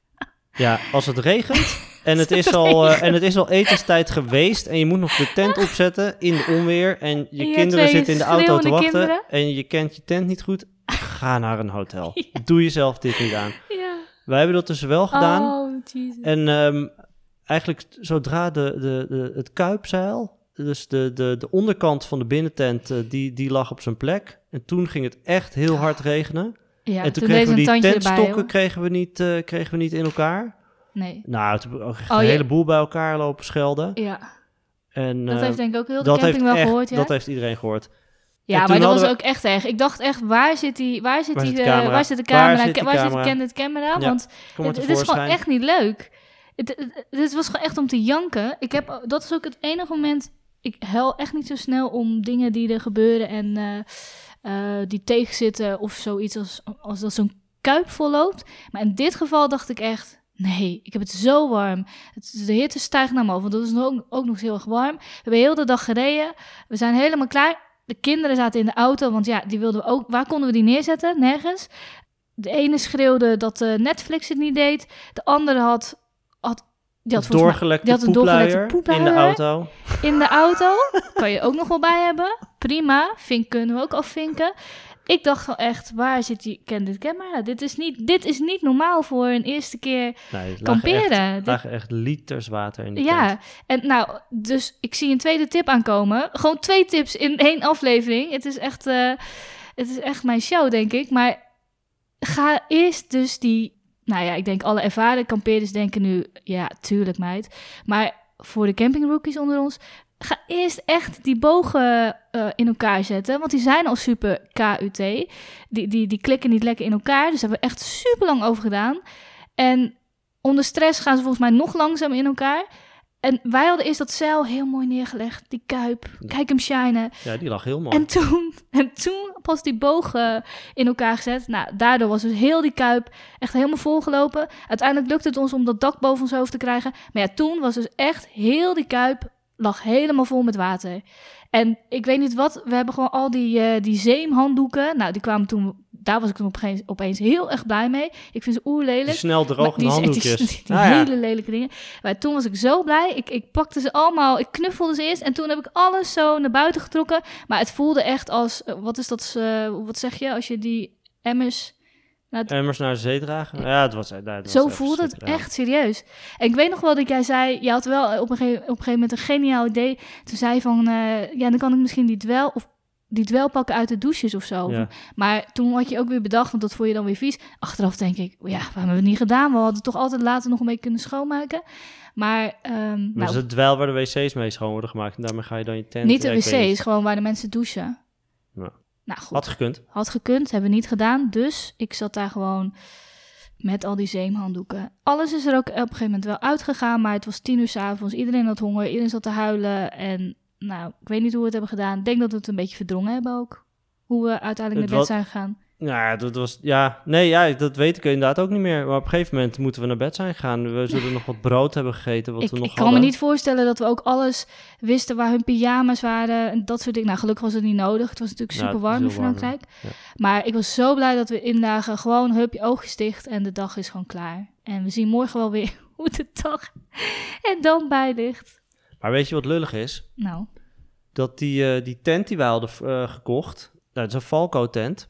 Ja, als het regent en het, is al, eh, en het is al etenstijd geweest en je moet nog de tent opzetten in de onweer en je En je kinderen twee zitten in de auto te schreeuwende wachten kinderen. en je kent je tent niet goed, ga naar een hotel. Ja. Doe jezelf dit niet aan. Ja. Wij hebben dat dus wel gedaan Oh, Jesus. en ehm, eigenlijk zodra de, de, de, het kuipzeil, dus de, de, de onderkant van de binnentent, eh, die, die lag op zijn plek en toen ging het echt heel hard regenen. Ja, en toen, deed kregen ze we een die tandje erbij, tentstokken hoor. kregen we niet, eh, kregen we niet in elkaar. Nee. Nou, toen hebben we ook echt Oh, een ja. heleboel bij elkaar lopen schelden. Ja, En, dat eh, heeft denk ik ook heel de dat camping heeft wel echt- gehoord, ja? Dat heeft iedereen gehoord. Ja, En toen maar dat was hadden ook echt erg. Ik dacht echt, waar zit die, waar zit Waar die, zit de eh, camera? waar zit de Waar camera? zit die Waar zit de camera? candid camera? Ja, Want Kom maar het, het is gewoon tevoorschijn. echt niet leuk. Het, het, het was gewoon echt om te janken. Ik heb, dat is ook het enige moment... Ik huil echt niet zo snel om dingen die er gebeuren en uh, uh, die tegenzitten of zoiets als, als dat zo'n kuip volloopt. Maar in dit geval dacht ik echt... Nee, ik heb het zo warm. Het, de hitte stijgt naar me over, want dat is ook, ook nog heel erg warm. We hebben heel de dag gereden. We zijn helemaal klaar. De kinderen zaten in de auto, want ja, die wilden we ook... Waar konden we die neerzetten? Nergens. De ene schreeuwde dat uh, Netflix het niet deed. De andere had... had die had, doorgelekte mij, die had een doorgelekte poepluier in de auto. In de auto. Kan je ook nog wel bij hebben. Prima. Vink kunnen we ook afvinken. Ik dacht wel echt, waar zit die Candid Camera? Dit is niet, dit is niet normaal voor een eerste keer nee, kamperen. Er dit... lagen echt liters water in de ja, tent. En nou, dus ik zie een tweede tip aankomen. Gewoon twee tips in één aflevering. Het is echt, uh, het is echt mijn show, denk ik. Maar ga eerst dus die... Nou ja, ik denk alle ervaren kampeerders denken nu... Ja, tuurlijk meid. Maar voor de campingrookies onder ons... Ga eerst echt die bogen uh, in elkaar zetten. Want die zijn al super K U T. Die, die, die klikken niet lekker in elkaar. Dus daar hebben we echt super lang over gedaan. En onder stress gaan ze volgens mij nog langzamer in elkaar. En wij hadden eerst dat zeil heel mooi neergelegd. Die kuip. Kijk hem shinen. Ja, die lag heel mooi. En toen, en toen pas die bogen in elkaar gezet. Nou, daardoor was dus heel die kuip echt helemaal volgelopen. Uiteindelijk lukte het ons om dat dak boven ons hoofd te krijgen. Maar ja, toen was dus echt heel die kuip... lag helemaal vol met water. En ik weet niet wat, we hebben gewoon al die, uh, die zeemhanddoeken. Nou, die kwamen toen, daar was ik toen opeens, opeens heel erg blij mee. Ik vind ze oerlelijk. Die snel drogende handdoekjes. Die, die, die ah, hele ja. lelijke dingen. Maar toen was ik zo blij. Ik, ik pakte ze allemaal, ik knuffelde ze eerst. En toen heb ik alles zo naar buiten getrokken. Maar het voelde echt als, uh, wat is dat, uh, wat zeg je, als je die emmers... Nou, het... Emmers naar de zee dragen? Ja, het was, nou, het was zo voelde het ja. echt serieus. En ik weet nog wel dat jij zei... Je had wel op een gegeven, op een gegeven moment een geniaal idee. Toen zei je van... Uh, ja, dan kan ik misschien die dwel... Of die dwel pakken uit de douches of zo. Ja. Maar toen had je ook weer bedacht... Want dat vond je dan weer vies. Achteraf denk ik... Ja, we hebben het niet gedaan. We hadden toch altijd later nog een beetje kunnen schoonmaken. Maar... Um, dus nou, het dwel waar de wc's mee schoon worden gemaakt. En daarmee ga je dan je tent... Niet de wc's, gewoon waar de mensen douchen. Ja. Nou, goed. Had gekund. Had gekund, hebben we niet gedaan. Dus ik zat daar gewoon met al die zeemhanddoeken. Alles is er ook op een gegeven moment wel uitgegaan. Maar het was tien uur 's avonds. Iedereen had honger. Iedereen zat te huilen. En nou, ik weet niet hoe we het hebben gedaan. Ik denk dat we het een beetje verdrongen hebben ook. Hoe we uiteindelijk naar bed zijn gegaan. Ja, dat was... Ja, nee, ja, dat weet ik inderdaad ook niet meer. Maar op een gegeven moment moeten we naar bed zijn gegaan. We zullen nog wat brood hebben gegeten, wat ik, we nog ik hadden. kan me niet voorstellen dat we ook alles wisten waar hun pyjama's waren. En dat soort dingen. Nou, gelukkig was het niet nodig. Het was natuurlijk super ja, warm in Frankrijk. Ja. Maar ik was zo blij dat we indagen gewoon hup je oogjes dicht en de dag is gewoon klaar. En we zien morgen wel weer hoe de dag en dan bij ligt. Maar weet je wat lullig is? Nou? Dat die, uh, die tent die wij hadden uh, gekocht, nou, dat is een Falco-tent.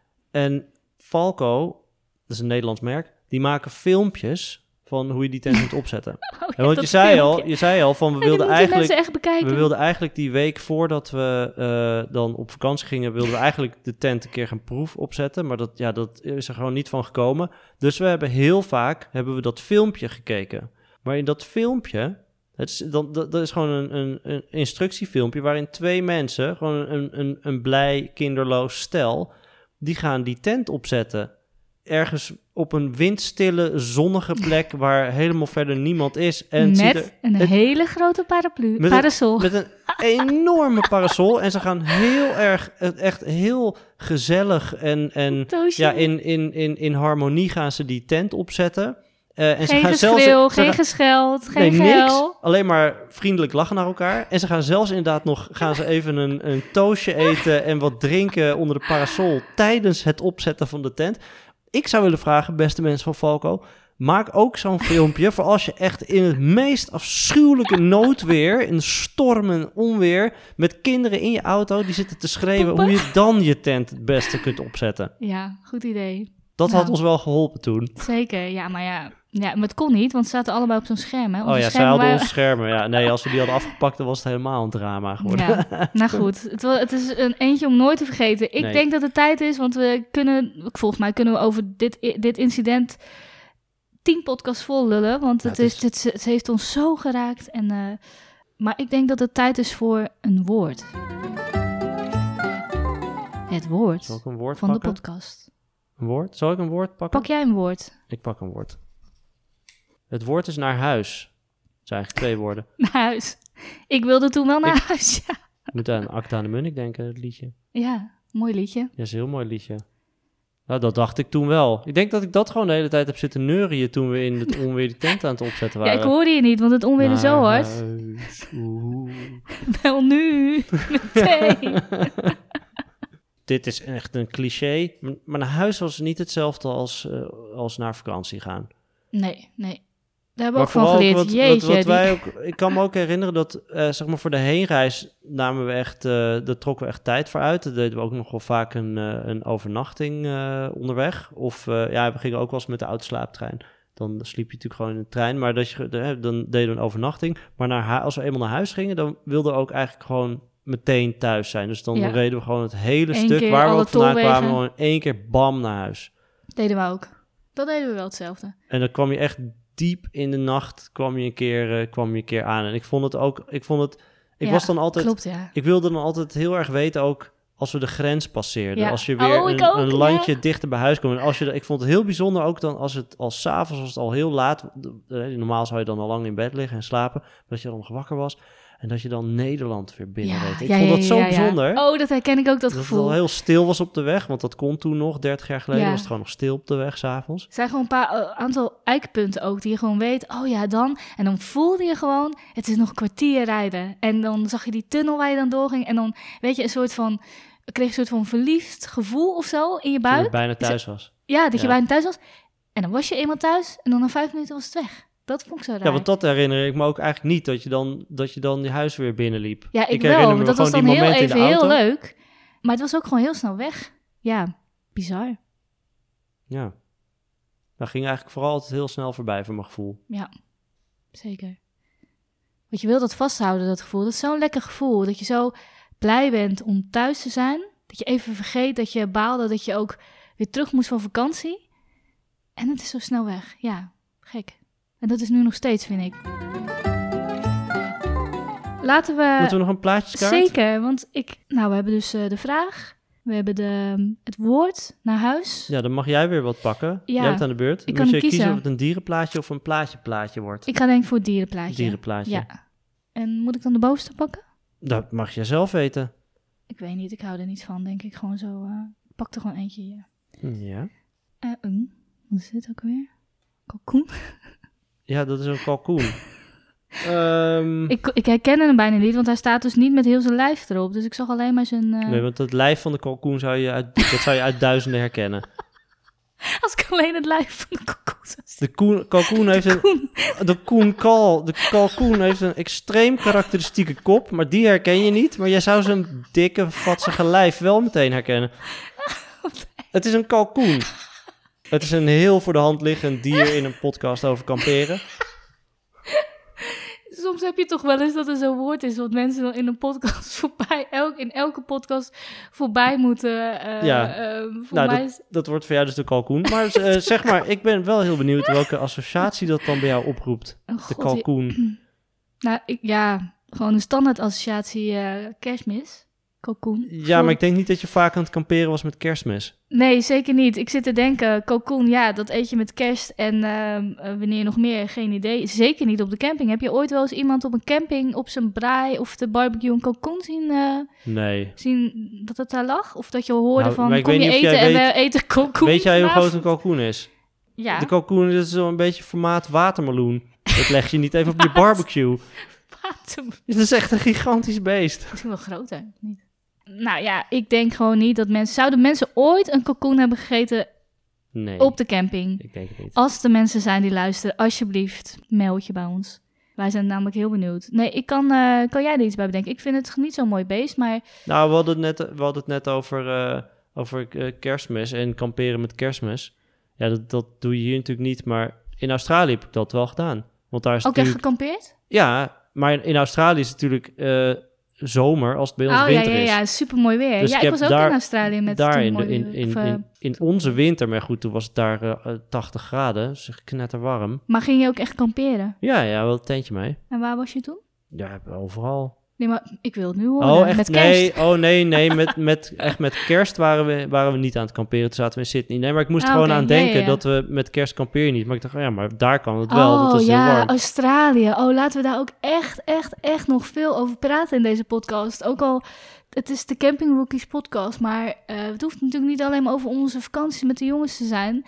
En Falco, dat is een Nederlands merk, die maken filmpjes van hoe je die tent moet opzetten. Oh, ja, en want je zei, al, je zei al van we wilden eigenlijk echt bekijken. we wilden eigenlijk die week voordat we uh, dan op vakantie gingen, wilden we eigenlijk de tent een keer gaan proef opzetten, maar dat ja, dat is er gewoon niet van gekomen. Dus we hebben heel vaak hebben we dat filmpje gekeken. Maar in dat filmpje, het is, dan, dat, dat is gewoon een, een, een instructiefilmpje waarin twee mensen, gewoon een, een, een blij kinderloos stel, die gaan die tent opzetten. Ergens op een windstille, zonnige plek waar helemaal verder niemand is. En met er, een het, hele grote paraplu, met parasol. Een, met een enorme parasol. En ze gaan heel erg, echt heel gezellig en, en ja, in, in, in, in harmonie gaan ze die tent opzetten. Uh, en geen ze gaan geschreeuw, zelfs, geen gaan, gescheld, geen nee, geil. Niks, alleen maar vriendelijk lachen naar elkaar. En ze gaan zelfs inderdaad nog gaan ze even een, een toastje eten en wat drinken onder de parasol tijdens het opzetten van de tent. Ik zou willen vragen, beste mensen van Falco, maak ook zo'n filmpje voor als je echt in het meest afschuwelijke noodweer, in storm en onweer, met kinderen in je auto die zitten te schreeuwen Poepen. hoe je dan je tent het beste kunt opzetten. Ja, goed idee. Dat nou, had ons wel geholpen toen. Zeker, ja, maar ja, ja, maar het kon niet, want ze zaten allebei op zo'n scherm. Hè? Onze oh ja, zij hadden waren... onze schermen. Ja, nee, als we die hadden afgepakt, dan was het helemaal een drama geworden. Ja, nou goed, het, het is een eentje om nooit te vergeten. Ik nee. denk dat het tijd is, want we kunnen, volgens mij kunnen we over dit, dit incident tien podcasts vol lullen, want het, ja, het, is, is... Het, het heeft ons zo geraakt. En, uh, maar ik denk dat het tijd is voor een woord. Het woord, Zal ik een woord van pakken? de podcast. Een woord? Zal ik een woord pakken? Pak jij een woord? Ik pak een woord. Het woord is naar huis. Dat zijn eigenlijk twee woorden. Naar huis. Ik wilde toen wel naar Ik- huis, ja. Ik moet aan Acta aan de Munnik denken, het liedje. Ja, mooi liedje. Ja, is een heel mooi liedje. Nou, dat dacht ik toen wel. Ik denk dat ik dat gewoon de hele tijd heb zitten neurien toen we in het onweer die tent aan het opzetten Ja, waren. ik hoorde je niet, want het onweerde Naar zo hard. huis, oeh. Wel nu, meteen. Dit is echt een cliché. M- Maar naar huis was niet hetzelfde als, eh, als naar vakantie gaan. Nee, nee. Daar hebben we Maar ook van vooral ook geleerd. wat, wat, Jeetje. wat die- wij ook, ik kan me ook herinneren dat, eh, zeg maar, voor de heenreis namen we echt, eh daar trokken we echt tijd voor uit. Dan deden we ook nog wel vaak een, eh, een overnachting eh, onderweg. Of eh, ja, we gingen ook wel eens met de autoslaaptrein. Dan sliep je natuurlijk gewoon in de trein, maar dat je, de- dan deden we een overnachting. Maar naar hu- als we eenmaal naar huis gingen, dan wilden we ook eigenlijk gewoon meteen thuis zijn. Dus dan Ja. reden we gewoon het hele Eén stuk keer waar we alle ook vandaan tolwegen. kwamen, gewoon in één keer bam naar huis. Deden we ook. Dat deden we wel hetzelfde. En dan kwam je echt diep in de nacht kwam je een keer, eh, kwam je een keer aan. En ik vond het ook, ik vond het, ik Ja, was dan altijd, Klopt, ja. ik wilde dan altijd heel erg weten ook als we de grens passeerden. Ja. Als je weer Oh, ik een, ook, een ja. landje dichter bij huis kwam. En als je, ik vond het heel bijzonder ook dan als het al 's avonds was het al heel laat. eh, Normaal zou je dan al lang in bed liggen en slapen. Maar dat je dan nog wakker was. En dat je dan Nederland weer binnenreed. Ik ja, vond ja, dat zo ja, ja. bijzonder. Oh, dat herken ik ook, dat dat het gevoel. al heel stil was op de weg. Want dat kon toen nog, dertig jaar geleden Ja. was het gewoon nog stil op de weg 's avonds. Er zijn gewoon een paar eh, aantal eikpunten ook die je gewoon weet. Oh ja, dan. En dan voelde je gewoon, het is nog een kwartier rijden. En dan zag je die tunnel waar je dan doorging. En dan weet je een soort van, kreeg je een soort van verliefd gevoel of zo in je Toen ik buik. bijna thuis was. Ja, dat je Ja. bijna thuis was. En dan was je eenmaal thuis en dan na vijf minuten was het weg. Dat vond ik zo raar. Ja, want dat herinner ik me ook eigenlijk niet, dat je dan, dat je dan je huis weer binnenliep. Ja, ik, herinner wel. me maar dat was gewoon dan die heel momenten in even de heel auto. leuk. Maar het was ook gewoon heel snel weg. Ja, bizar. Ja. Dat ging eigenlijk vooral altijd heel snel voorbij, voor mijn gevoel. Ja, zeker. Want je wilt dat vasthouden, dat gevoel. Dat is zo'n lekker gevoel. Dat je zo blij bent om thuis te zijn. Dat je even vergeet dat je baalde dat je ook weer terug moest van vakantie. En het is zo snel weg. Ja, gek. En dat is nu nog steeds, vind ik. Laten we... Moeten we nog een plaatjeskaart? Zeker, want ik... Nou, we hebben dus eh, de vraag. We hebben de, het woord naar huis. Ja, dan mag jij weer wat pakken. Ja, Jij bent aan de beurt. ik Dan kan moet je kiezen. kiezen of het een dierenplaatje of een plaatje-plaatje wordt. Ik ga denk voor het dierenplaatje. Dierenplaatje. Ja. En moet ik dan de bovenste pakken? Dat mag jij zelf weten. Ik weet niet, ik hou er niet van, denk ik. Gewoon zo, eh, ik pak er gewoon eentje hier. Ja. Eh, um, wat is dit ook weer? Kalkoen? Ja, dat is een kalkoen. Ehm, Ik, ik herken hem bijna niet, want hij staat dus niet met heel zijn lijf erop. Dus ik zag alleen maar zijn... eh, Nee, want het lijf van de kalkoen zou je uit, dat zou je uit duizenden herkennen. Als ik alleen het lijf van de kalkoen zou zien. De koen, kalkoen heeft een... Koen. De koenkal, de kalkoen heeft een extreem karakteristieke kop, maar die herken je niet. Maar jij zou zijn dikke, vatsige lijf wel meteen herkennen. Het is een kalkoen. Het is een heel voor de hand liggend dier in een podcast over kamperen. Soms heb je toch wel eens dat er zo'n woord is wat mensen dan in een podcast voorbij, elk, in elke podcast voorbij moeten. eh, Ja. eh, voor Nou, mij dat, is- dat wordt voor jou dus de kalkoen. Maar eh, zeg maar, ik ben wel heel benieuwd welke associatie dat dan bij jou oproept. Oh, De God, kalkoen. Nou, ik, ja, gewoon een standaard associatie eh, kerstmis. Kalkoen. Ja, maar ik denk niet dat je vaak aan het kamperen was met kerstmis. Nee, zeker niet. Ik zit te denken, kalkoen, ja, dat eet je met kerst en ehm, eh, wanneer nog meer, geen idee. Zeker niet op de camping. Heb je ooit wel eens iemand op een camping op zijn braai of de barbecue een kalkoen zien, eh, Nee. zien dat het daar lag? Of dat je hoorde Nou, van, maar ik kom weet je niet of eten jij en weet- we eten kalkoen Weet jij hoe groot vanavond? een kalkoen is? Ja, De kalkoen is zo'n beetje formaat watermeloen. Dat leg je niet even op je barbecue. water. Het is echt een gigantisch beest. Misschien wel groter, niet? Nou ja, ik denk gewoon niet dat mensen... Zouden mensen ooit een kalkoen hebben gegeten Nee, op de camping? ik denk het niet. Als er mensen zijn die luisteren, alsjeblieft, meld je bij ons. Wij zijn namelijk heel benieuwd. Nee, ik kan, eh, kan jij er iets bij bedenken? Ik vind het niet zo'n mooi beest, maar... Nou, we hadden het net, we hadden het net over, eh, over eh, kerstmis en kamperen met kerstmis. Ja, dat, dat doe je hier natuurlijk niet, maar in Australië heb ik dat wel gedaan. Want daar is Ook echt natuurlijk... gekampeerd? Ja, maar in, in Australië is het natuurlijk eh, zomer als het bij ons Oh ja, winter ja, is. ja, super mooi weer. Dus ja, ik ik heb was ook daar- in Australië met daar toen in, de, mooi in, weer. in, Of, eh, in, in onze winter, maar goed, toen was het daar eh, tachtig graden, dus knetterwarm. Maar ging je ook echt kamperen? Ja, ja, wel een tentje mee. En waar was je toen? Ja, overal. Nee, maar ik wil het nu horen. Oh, echt? Met kerst. Nee, oh nee, nee. Met, met, echt met kerst waren we, waren we niet aan het kamperen. Toen zaten we in Sydney. Nee, maar ik moest Ah, gewoon oké. aan Ja, denken ja, ja. dat we met kerst kamperen niet. Maar ik dacht, oh ja, maar daar kan het wel, want Oh het is heel ja, warm. Australië. Oh, laten we daar ook echt, echt, echt nog veel over praten in deze podcast. Ook al, het is de Camping Rookies podcast, maar uh, het hoeft natuurlijk niet alleen maar over onze vakanties met de jongens te zijn.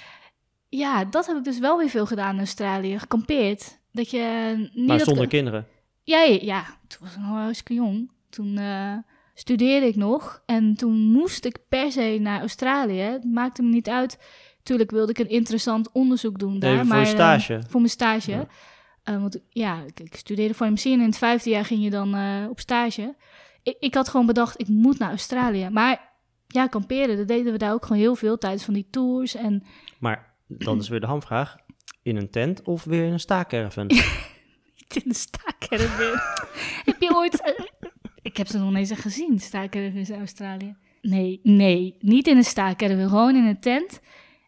Ja, dat heb ik dus wel weer veel gedaan in Australië, gekampeerd. Dat je niet Maar dat zonder ke- kinderen. Ja, ja, ja, toen was ik nog wel hartstikke jong. Toen uh, studeerde ik nog en toen moest ik per se naar Australië. Het maakte me niet uit. Tuurlijk wilde ik een interessant onderzoek doen daar. Even voor maar, je stage. Uh, voor mijn stage. Ja. Uh, want ja, ik, ik studeerde farmacie en in het vijfde jaar ging je dan uh, op stage. Ik, ik had gewoon bedacht, ik moet naar Australië. Maar ja, kamperen, dat deden we daar ook gewoon heel veel tijdens van die tours. En... Maar dan is weer de hamvraag. In een tent of weer in een staakerven? Niet in de staakerven. Heb je ooit... Uh, ik heb ze nog niet eens gezien, staakerven in Australië. Nee, nee, niet in een staakerven, gewoon in een tent.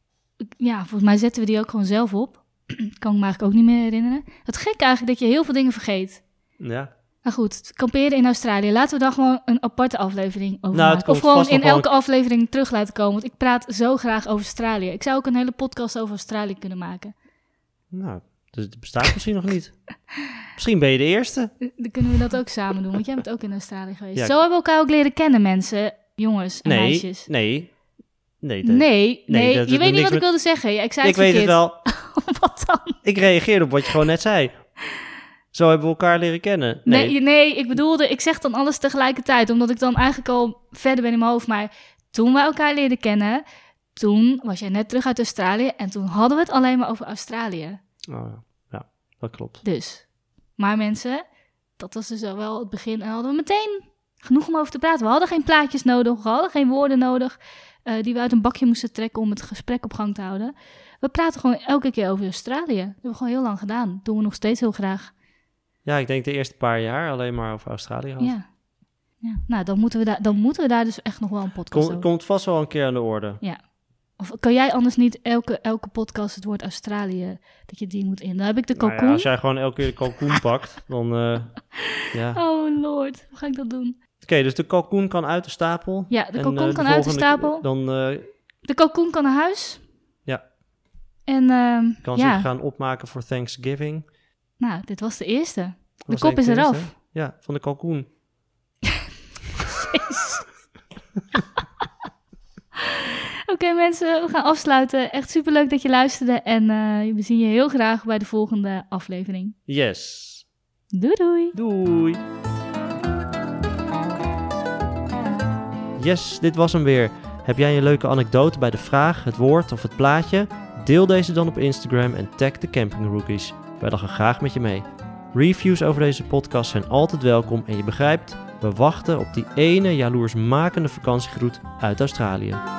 Ja, volgens mij zetten we die ook gewoon zelf op. Kan ik me eigenlijk ook niet meer herinneren. Het gekke eigenlijk dat je heel veel dingen vergeet. Ja. Nou goed, kamperen in Australië. Laten we daar gewoon een aparte aflevering over Nou, maken. Of gewoon in wel elke een... aflevering terug laten komen. Want ik praat zo graag over Australië. Ik zou ook een hele podcast over Australië kunnen maken. Nou, dus het bestaat misschien nog niet. Misschien ben je de eerste. Dan kunnen we dat ook samen doen, want jij bent ook in Australië geweest. Ja. Zo hebben we elkaar ook leren kennen, mensen. Jongens en nee, meisjes. Nee, nee. Dat... Nee, nee. nee dat, je weet niet niks wat met... ik wilde zeggen. Ja, ik zei ik het weet het wel. Wat dan? Ik reageerde op wat je gewoon net zei. Zo hebben we elkaar leren kennen. Nee, nee, nee, ik bedoelde, ik zeg dan alles tegelijkertijd, omdat ik dan eigenlijk al verder ben in mijn hoofd. Maar toen we elkaar leerden kennen, toen was jij net terug uit Australië en toen hadden we het alleen maar over Australië. Oh, ja, dat klopt. Dus, maar mensen, dat was dus al wel het begin en hadden we meteen genoeg om over te praten. We hadden geen plaatjes nodig, we hadden geen woorden nodig uh, die we uit een bakje moesten trekken om het gesprek op gang te houden. We praten gewoon elke keer over Australië. Dat hebben we gewoon heel lang gedaan. Dat doen we nog steeds heel graag. Ja, ik denk de eerste paar jaar alleen maar over Australië gehad. Ja. Ja. Nou, dan moeten, we daar, dan moeten we daar dus echt nog wel een podcast Kom, over. Komt vast wel een keer aan de orde. Ja. Of kan jij anders niet elke, elke podcast het woord Australië, dat je die moet in? Dan heb ik de Nou kalkoen. ja, als jij gewoon elke keer de kalkoen pakt, dan uh, ja. Oh lord, hoe ga ik dat doen? Oké, okay, dus de kalkoen kan uit de stapel. Ja, de kalkoen en, uh, kan de uit de stapel. Dan, uh, de kalkoen kan naar huis. Ja. En uh, kan ja. zich gaan opmaken voor Thanksgiving. Nou, dit was de eerste. De Was kop is eraf. eerste? Ja, van de kalkoen. Oké okay, mensen, we gaan afsluiten. Echt superleuk dat je luisterde. En uh, we zien je heel graag bij de volgende aflevering. Yes. Doei doei. Doei. Yes, dit was hem weer. Heb jij een leuke anekdote bij de vraag, het woord of het plaatje? Deel deze dan op Instagram en tag de Camping Rookies. Wij lachen graag met je mee. Reviews over deze podcast zijn altijd welkom en je begrijpt, we wachten op die ene jaloersmakende vakantiegroet uit Australië.